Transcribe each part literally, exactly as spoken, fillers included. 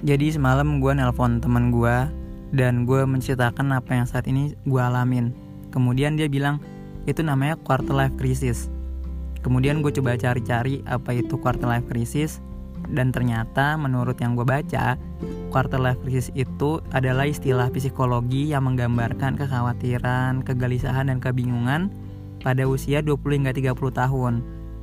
Jadi semalam gue nelpon temen gue dan gue menceritakan apa yang saat ini gue alamin. Kemudian dia bilang itu namanya quarter life crisis. Kemudian gue coba cari-cari apa itu quarter life crisis, dan ternyata menurut yang gue baca, quarter life crisis itu adalah istilah psikologi yang menggambarkan kekhawatiran, kegelisahan, dan kebingungan pada usia dua puluh hingga tiga puluh tahun.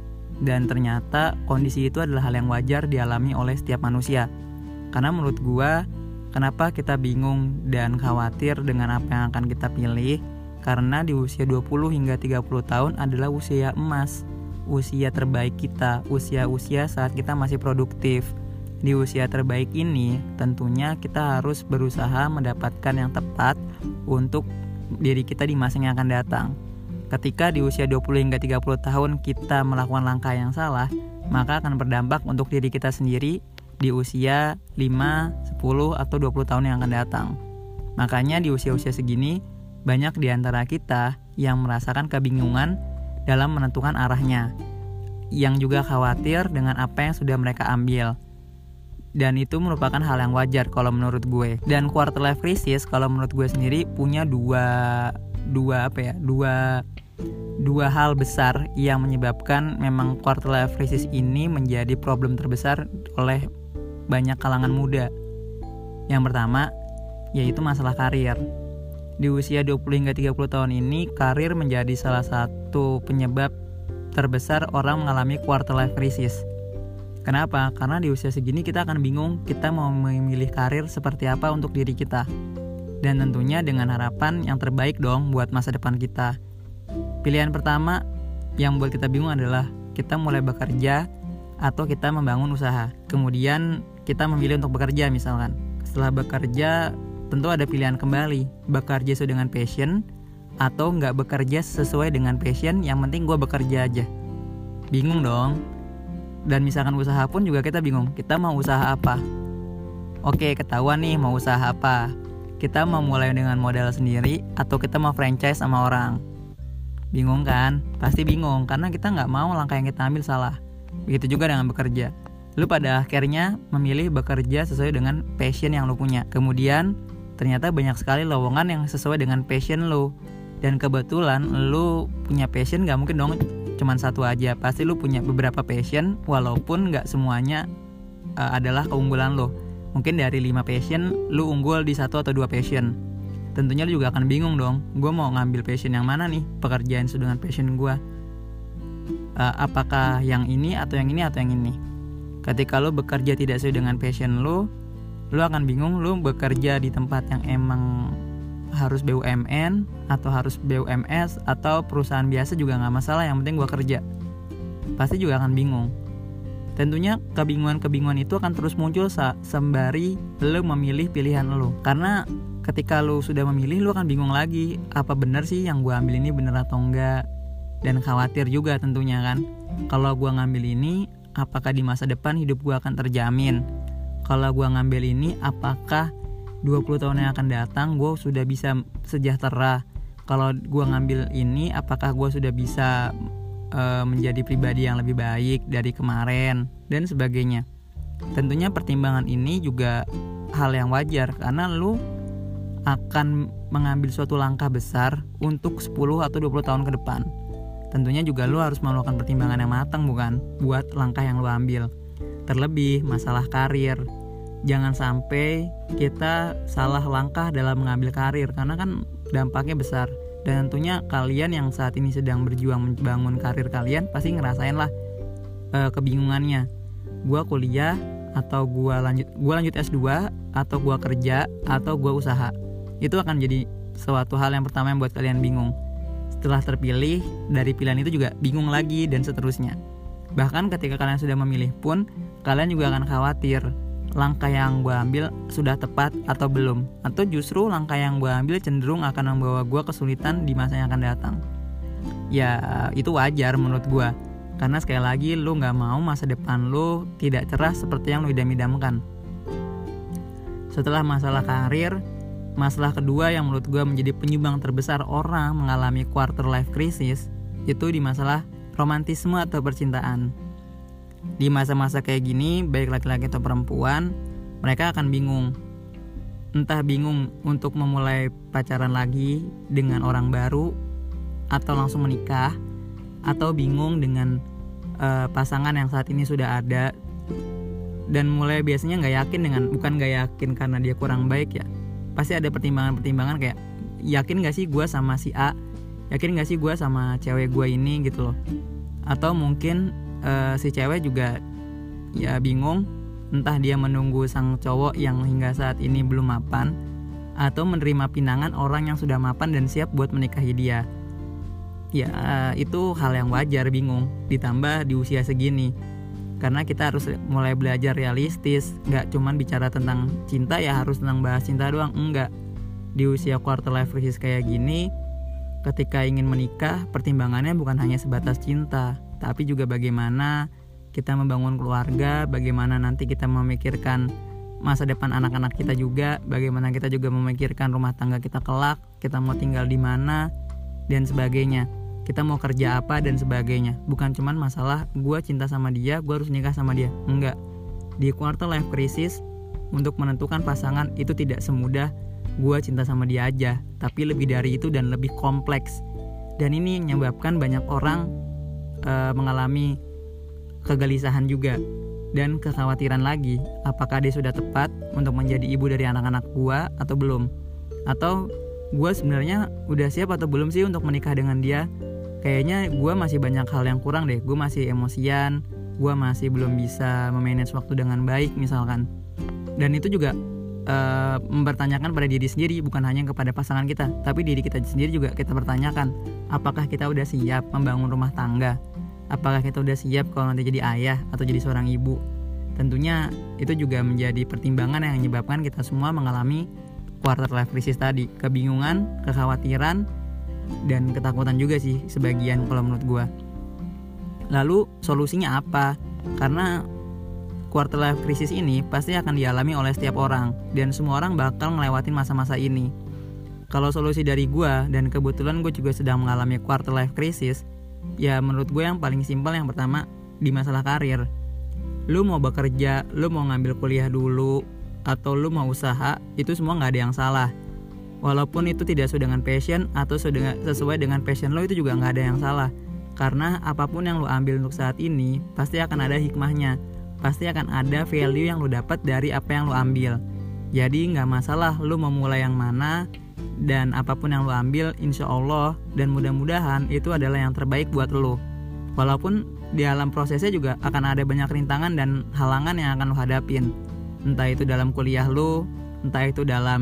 Dan ternyata kondisi itu adalah hal yang wajar dialami oleh setiap manusia. Karena menurut gue, kenapa kita bingung dan khawatir dengan apa yang akan kita pilih? Karena di usia dua puluh hingga tiga puluh tahun adalah usia emas, usia terbaik kita, usia-usia saat kita masih produktif. Di usia terbaik ini, tentunya kita harus berusaha mendapatkan yang tepat untuk diri kita di masa yang akan datang. Ketika di usia dua puluh hingga tiga puluh tahun kita melakukan langkah yang salah, maka akan berdampak untuk diri kita sendiri di usia lima, sepuluh, atau dua puluh tahun yang akan datang. Makanya di usia-usia segini, banyak di antara kita yang merasakan kebingungan dalam menentukan arahnya, yang juga khawatir dengan apa yang sudah mereka ambil. Dan itu merupakan hal yang wajar kalau menurut gue. Dan quarter life crisis kalau menurut gue sendiri punya dua dua apa ya? Dua dua hal besar yang menyebabkan memang quarter life crisis ini menjadi problem terbesar oleh banyak kalangan muda. Yang pertama yaitu masalah karir. Di usia dua puluh hingga tiga puluh tahun ini, karir menjadi salah satu penyebab terbesar orang mengalami quarter life crisis. Kenapa? Karena di usia segini kita akan bingung kita mau memilih karir seperti apa untuk diri kita. Dan tentunya dengan harapan yang terbaik dong buat masa depan kita. Pilihan pertama yang buat kita bingung adalah kita mulai bekerja atau kita membangun usaha. Kemudian kita memilih untuk bekerja misalkan. Setelah bekerja tentu ada pilihan kembali, bekerja sesuai dengan passion atau nggak bekerja sesuai dengan passion, yang penting gue bekerja aja. Bingung dong. Dan misalkan usaha pun juga kita bingung, kita mau usaha apa? Oke, ketahuan nih mau usaha apa. Kita mau mulai dengan modal sendiri atau kita mau franchise sama orang. Bingung kan? Pasti bingung karena kita nggak mau langkah yang kita ambil salah. Begitu juga dengan bekerja. Lu pada akhirnya memilih bekerja sesuai dengan passion yang lu punya. Kemudian ternyata banyak sekali lowongan yang sesuai dengan passion lu. Dan kebetulan lu punya passion, gak mungkin dong cuman satu aja. Pasti lu punya beberapa passion, walaupun gak semuanya uh, adalah keunggulan lu. Mungkin dari lima passion lu unggul di satu atau dua passion. Tentunya lu juga akan bingung dong, gue mau ngambil passion yang mana nih, pekerjaan sesuai dengan passion gue. uh, Apakah yang ini atau yang ini atau yang ini. Ketika lu bekerja tidak sesuai dengan passion lu, lu akan bingung lu bekerja di tempat yang emang harus B U M N atau harus B U M S atau perusahaan biasa juga gak masalah, yang penting gua kerja. Pasti juga akan bingung. Tentunya kebingungan-kebingungan itu akan terus muncul sembari lu memilih pilihan lu. Karena ketika lu sudah memilih, lu akan bingung lagi, apa benar sih yang gua ambil ini benar atau enggak. Dan khawatir juga tentunya kan, kalau gua ngambil ini, apakah di masa depan hidup gua akan terjamin? Kalau gua ngambil ini, apakah dua puluh tahun yang akan datang gue sudah bisa sejahtera? Kalau gue ngambil ini, apakah gue sudah bisa e, menjadi pribadi yang lebih baik dari kemarin, dan sebagainya. Tentunya pertimbangan ini juga hal yang wajar karena lu akan mengambil suatu langkah besar untuk sepuluh atau dua puluh tahun ke depan. Tentunya juga lu harus melakukan pertimbangan yang matang bukan buat langkah yang lu ambil. Terlebih masalah karir, jangan sampai kita salah langkah dalam mengambil karir, karena kan dampaknya besar. Dan tentunya kalian yang saat ini sedang berjuang membangun karir kalian pasti ngerasain lah e, kebingungannya. Gua kuliah atau gua lanjut gua lanjut S dua atau gua kerja atau gua usaha. Itu akan jadi suatu hal yang pertama yang buat kalian bingung. Setelah terpilih dari pilihan itu juga bingung lagi, dan seterusnya. Bahkan ketika kalian sudah memilih pun, kalian juga akan khawatir, langkah yang gue ambil sudah tepat atau belum, atau justru langkah yang gue ambil cenderung akan membawa gue kesulitan di masa yang akan datang. Ya itu wajar menurut gue, karena sekali lagi lu gak mau masa depan lu tidak cerah seperti yang lu idam-idamkan. Setelah masalah karir, masalah kedua yang menurut gue menjadi penyumbang terbesar orang mengalami quarter life crisis, itu di masalah romantisme atau percintaan. Di masa-masa kayak gini, baik laki-laki atau perempuan, mereka akan bingung. Entah bingung untuk memulai pacaran lagi dengan orang baru atau langsung menikah, atau bingung dengan uh, pasangan yang saat ini sudah ada dan mulai biasanya nggak yakin dengan, bukan nggak yakin karena dia kurang baik ya, pasti ada pertimbangan-pertimbangan kayak yakin nggak sih gue sama si A, yakin nggak sih gue sama cewek gue ini gitu loh. Atau mungkin uh, si cewek juga ya bingung, entah dia menunggu sang cowok yang hingga saat ini belum mapan, atau menerima pinangan orang yang sudah mapan dan siap buat menikahi dia. Ya itu hal yang wajar bingung, ditambah di usia segini. Karena kita harus mulai belajar realistis, gak cuman bicara tentang cinta ya harus tentang bahas cinta doang, enggak. Di usia quarter life crisis kayak gini, ketika ingin menikah, pertimbangannya bukan hanya sebatas cinta, tapi juga bagaimana kita membangun keluarga, bagaimana nanti kita memikirkan masa depan anak-anak kita juga, bagaimana kita juga memikirkan rumah tangga kita kelak, kita mau tinggal di mana, dan sebagainya. Kita mau kerja apa dan sebagainya. Bukan cuman masalah gue cinta sama dia, gue harus nikah sama dia. Enggak. Di quarter life crisis, untuk menentukan pasangan itu tidak semudah gue cinta sama dia aja, tapi lebih dari itu dan lebih kompleks. Dan ini menyebabkan banyak orang uh, mengalami kegelisahan juga dan kekhawatiran lagi, apakah dia sudah tepat untuk menjadi ibu dari anak-anak gue atau belum, atau gue sebenarnya udah siap atau belum sih untuk menikah dengan dia. Kayaknya gue masih banyak hal yang kurang deh, gue masih emosian, gue masih belum bisa memanage waktu dengan baik misalkan. Dan itu juga uh, mempertanyakan pada diri sendiri, bukan hanya kepada pasangan kita, tapi diri kita sendiri juga kita pertanyakan, apakah kita udah siap membangun rumah tangga, apakah kita udah siap kalau nanti jadi ayah atau jadi seorang ibu. Tentunya itu juga menjadi pertimbangan yang menyebabkan kita semua mengalami quarter life crisis tadi, kebingungan, kekhawatiran, dan ketakutan juga sih sebagian kalau menurut gue. Lalu solusinya apa? Karena quarter life crisis ini pasti akan dialami oleh setiap orang, dan semua orang bakal ngelewatin masa-masa ini. Kalau solusi dari gue, dan kebetulan gue juga sedang mengalami quarter life crisis, ya menurut gue yang paling simpel yang pertama di masalah karir. Lu mau bekerja, lu mau ngambil kuliah dulu, atau lu mau usaha, itu semua gak ada yang salah. Walaupun itu tidak sesuai dengan passion atau sesuai dengan passion lo, itu juga gak ada yang salah. Karena apapun yang lo ambil untuk saat ini pasti akan ada hikmahnya, pasti akan ada value yang lo dapat dari apa yang lo ambil. Jadi gak masalah lo memulai yang mana, dan apapun yang lo ambil insya Allah dan mudah-mudahan itu adalah yang terbaik buat lo. Walaupun di dalam prosesnya juga akan ada banyak rintangan dan halangan yang akan lo hadapin, entah itu dalam kuliah lo, entah itu dalam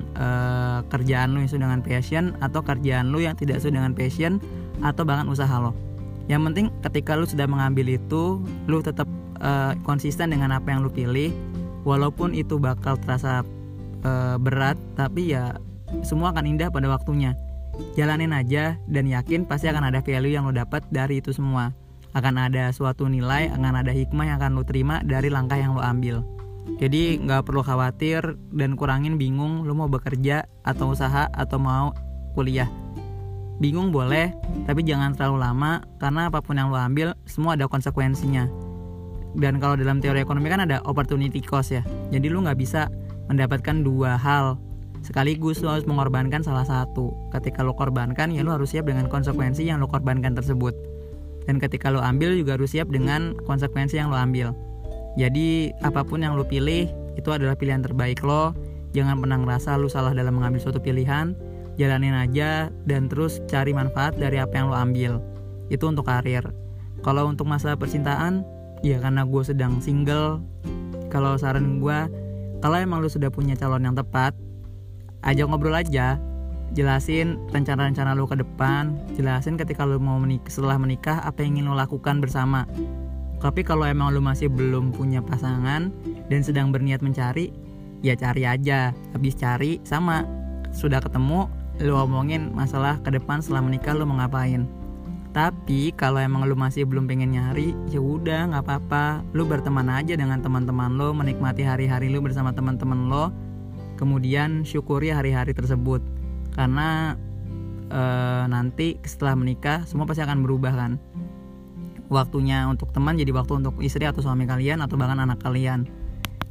uh, kerjaan lo yang sesuai dengan passion, atau kerjaan lo yang tidak sesuai dengan passion, atau bahkan usaha lo. Yang penting ketika lo sudah mengambil itu, lo tetap uh, konsisten dengan apa yang lo pilih. Walaupun itu bakal terasa uh, berat, tapi ya semua akan indah pada waktunya. Jalanin aja dan yakin pasti akan ada value yang lo dapat dari itu semua. Akan ada suatu nilai, akan ada hikmah yang akan lo terima dari langkah yang lo ambil. Jadi gak perlu khawatir dan kurangin bingung lo mau bekerja atau usaha atau mau kuliah. Bingung boleh, tapi jangan terlalu lama, karena apapun yang lo ambil semua ada konsekuensinya. Dan kalau dalam teori ekonomi kan ada opportunity cost ya. Jadi lo gak bisa mendapatkan dua hal sekaligus, lo harus mengorbankan salah satu. Ketika lo korbankan ya lo harus siap dengan konsekuensi yang lo korbankan tersebut. Dan ketika lo ambil juga harus siap dengan konsekuensi yang lo ambil. Jadi apapun yang lo pilih itu adalah pilihan terbaik lo. Jangan pernah ngerasa lo salah dalam mengambil suatu pilihan. Jalanin aja dan terus cari manfaat dari apa yang lo ambil. Itu untuk karir. Kalau untuk masalah percintaan, ya karena gue sedang single, kalau saran gue, kalau emang lo sudah punya calon yang tepat, ajak ngobrol aja. Jelasin rencana-rencana lo ke depan. Jelasin ketika lo mau menikah, setelah menikah apa yang ingin lo lakukan bersama. Tapi kalau emang lu masih belum punya pasangan dan sedang berniat mencari, ya cari aja. Habis cari sama sudah ketemu, lu omongin masalah ke depan setelah menikah lu mau ngapain. Tapi kalau emang lu masih belum pengen nyari, ya udah nggak apa-apa. Lu berteman aja dengan teman-teman lu, menikmati hari-hari lu bersama teman-teman lu. Kemudian syukuri hari-hari tersebut. Karena e, nanti setelah menikah semua pasti akan berubah kan. Waktunya untuk teman jadi waktu untuk istri atau suami kalian atau bahkan anak kalian.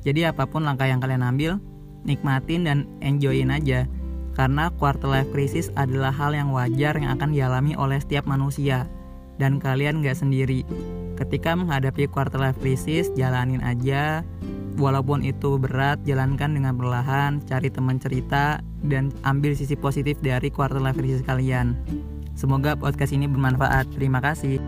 Jadi apapun langkah yang kalian ambil, nikmatin dan enjoyin aja. Karena quarter life crisis adalah hal yang wajar yang akan dialami oleh setiap manusia. Dan kalian gak sendiri. Ketika menghadapi quarter life crisis, jalanin aja. Walaupun itu berat, jalankan dengan perlahan, cari teman cerita, dan ambil sisi positif dari quarter life crisis kalian. Semoga podcast ini bermanfaat. Terima kasih.